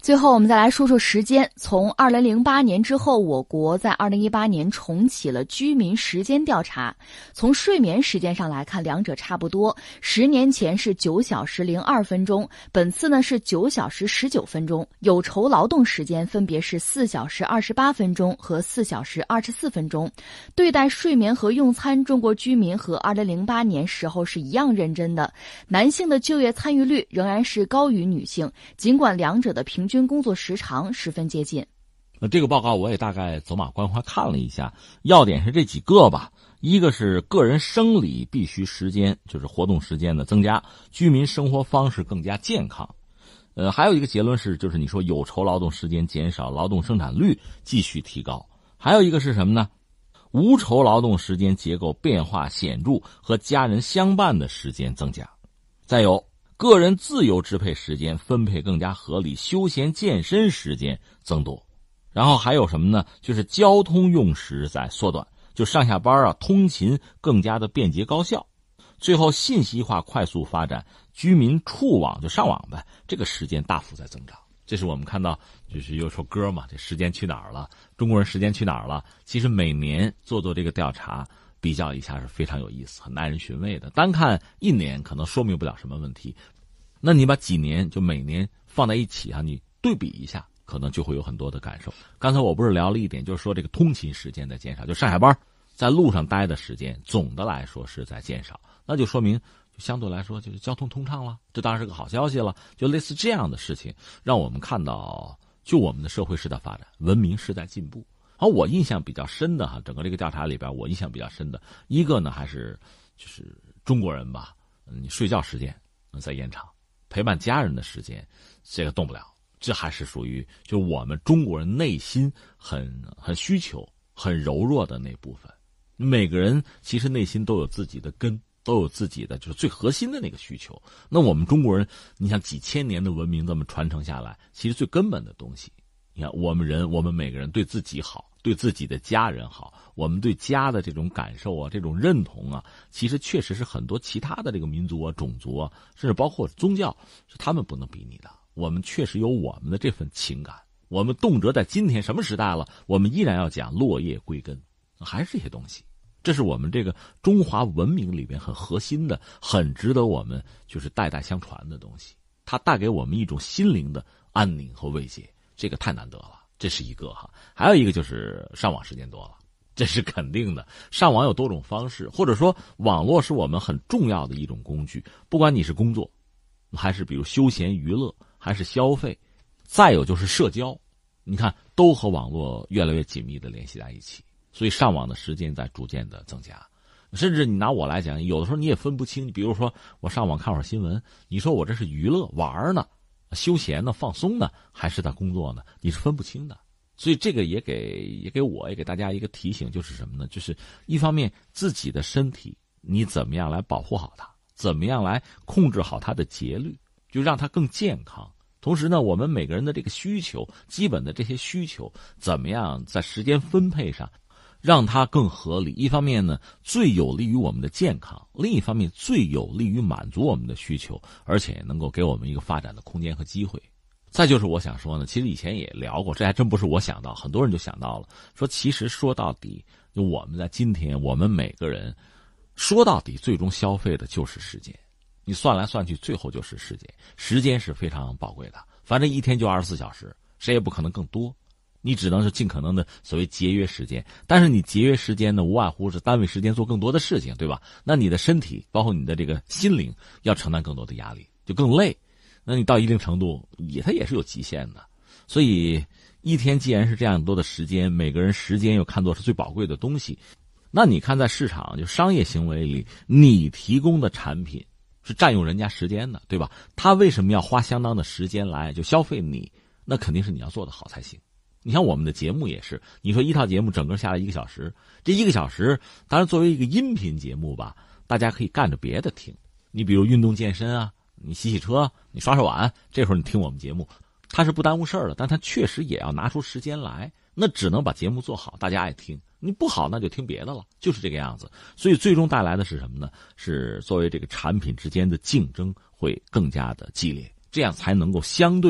最后我们再来说说时间。从2008年之后，我国在2018年重启了居民时间调查。从睡眠时间上来看，两者差不多。10年前是9小时02分钟，本次呢是9小时19分钟。有酬劳动时间分别是4小时28分钟和4小时24分钟。对待睡眠和用餐，中国居民和2008年时候是一样认真的。男性的就业参与率仍然是高于女性，尽管两者的平均工作时长十分接近。 这个报告我也大概走马观花看了一下，要点是这几个吧。一个是个人生理必须时间，就是活动时间的增加，居民生活方式更加健康。还有一个结论是，就是你说有酬劳动时间减少，劳动生产率继续提高。还有一个是什么呢？无酬劳动时间结构变化显著，和家人相伴的时间增加。再有个人自由支配时间分配更加合理，休闲健身时间增多。然后还有什么呢？就是交通用时在缩短，就上下班通勤更加的便捷高效。最后信息化快速发展，居民触网就上网呗，这个时间大幅在增长。这是我们看到，就是有首歌嘛，这时间去哪儿了？中国人时间去哪儿了？其实每年做这个调查，比较一下是非常有意思，很耐人寻味的。单看一年可能说明不了什么问题，那你把几年就每年放在一起你对比一下，可能就会有很多的感受。刚才我不是聊了一点，就是说这个通勤时间在减少，就上下班在路上待的时间总的来说是在减少，那就说明相对来说就是交通通畅了，这当然是个好消息了。就类似这样的事情，让我们看到就我们的社会是在发展，文明是在进步。而我印象比较深的整个这个调查里边，我印象比较深的一个呢，还是就是中国人吧，你睡觉时间在延长，陪伴家人的时间这个动不了，这还是属于就我们中国人内心很需求、很柔弱的那部分。每个人其实内心都有自己的根，都有自己的就是最核心的那个需求。那我们中国人，你想几千年的文明这么传承下来，其实最根本的东西，你看我们每个人对自己好，对自己的家人好，我们对家的这种感受这种认同其实确实是很多其他的这个民族种族甚至包括宗教，是他们不能比拟的。我们确实有我们的这份情感，我们动辄在今天什么时代了，我们依然要讲落叶归根，还是这些东西。这是我们这个中华文明里边很核心的，很值得我们就是代代相传的东西。它带给我们一种心灵的安宁和慰藉，这个太难得了。这是一个还有一个就是上网时间多了，这是肯定的。上网有多种方式，或者说网络是我们很重要的一种工具，不管你是工作，还是比如休闲娱乐，还是消费，再有就是社交，你看都和网络越来越紧密的联系在一起。所以上网的时间在逐渐的增加，甚至你拿我来讲，有的时候你也分不清，比如说我上网看会儿新闻，你说我这是娱乐玩呢、休闲呢、放松呢，还是在工作呢？你是分不清的。所以这个也给我也给大家一个提醒，就是什么呢？就是一方面自己的身体你怎么样来保护好它，怎么样来控制好它的节律，就让它更健康。同时呢，我们每个人的这个需求，基本的这些需求怎么样在时间分配上让它更合理，一方面呢最有利于我们的健康，另一方面最有利于满足我们的需求，而且能够给我们一个发展的空间和机会。再就是我想说呢，其实以前也聊过，这还真不是我想到，很多人就想到了，说其实说到底，就我们在今天，我们每个人说到底最终消费的就是时间，你算来算去最后就是时间，时间是非常宝贵的，反正一天就24小时，谁也不可能更多，你只能是尽可能的所谓节约时间。但是你节约时间呢，无外乎是单位时间做更多的事情，对吧？那你的身体包括你的这个心灵要承担更多的压力，就更累，那你到一定程度它也是有极限的。所以一天既然是这样多的时间，每个人时间又看作是最宝贵的东西，那你看在市场就商业行为里，你提供的产品是占用人家时间的，对吧？他为什么要花相当的时间来就消费你？那肯定是你要做得好才行。你像我们的节目也是，你说一套节目整个下来1个小时，这1个小时当然作为一个音频节目吧，大家可以干着别的听，你比如运动健身你洗车，你刷刷碗，这会儿你听我们节目，它是不耽误事儿的，但它确实也要拿出时间来，那只能把节目做好，大家爱听，你不好那就听别的了，就是这个样子。所以最终带来的是什么呢？是作为这个产品之间的竞争会更加的激烈，这样才能够相对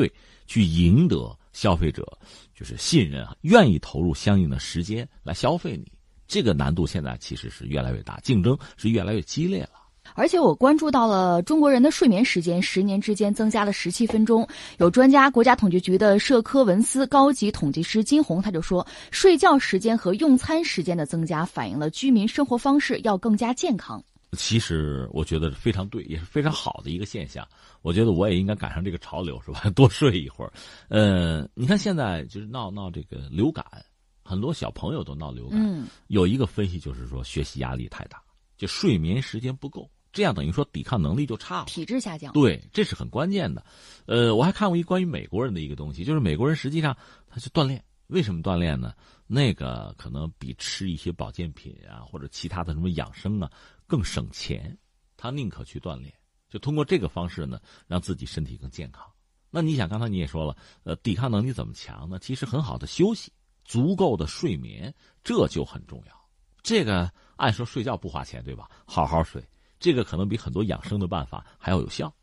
去赢得消费者就是信任啊，愿意投入相应的时间来消费你。这个难度现在其实是越来越大，竞争是越来越激烈了。 而且我关注到了中国人的睡眠时间10年之间增加了17分钟。有专家，国家统计局的社科文思高级统计师金红他就说，睡觉时间和用餐时间的增加反映了居民生活方式要更加健康。 其实我觉得非常对，也是非常好的一个现象。我觉得我也应该赶上这个潮流，是吧？多睡一会儿。你看现在就是闹这个流感，很多小朋友都闹流感。有一个分析就是说，学习压力太大，就睡眠时间不够，这样等于说抵抗能力就差了， 体质下降。 对，这是很关键的。我还看过一关于美国人的一个东西，就是美国人实际上他去锻炼。为什么锻炼呢？那个可能比吃一些保健品啊，或者其他的什么养生啊更省钱，他宁可去锻炼，就通过这个方式呢，让自己身体更健康。那你想，刚才你也说了，抵抗能力怎么强呢？其实很好的休息，足够的睡眠，这就很重要。这个按说睡觉不花钱，对吧？好好睡，这个可能比很多养生的办法还要有效。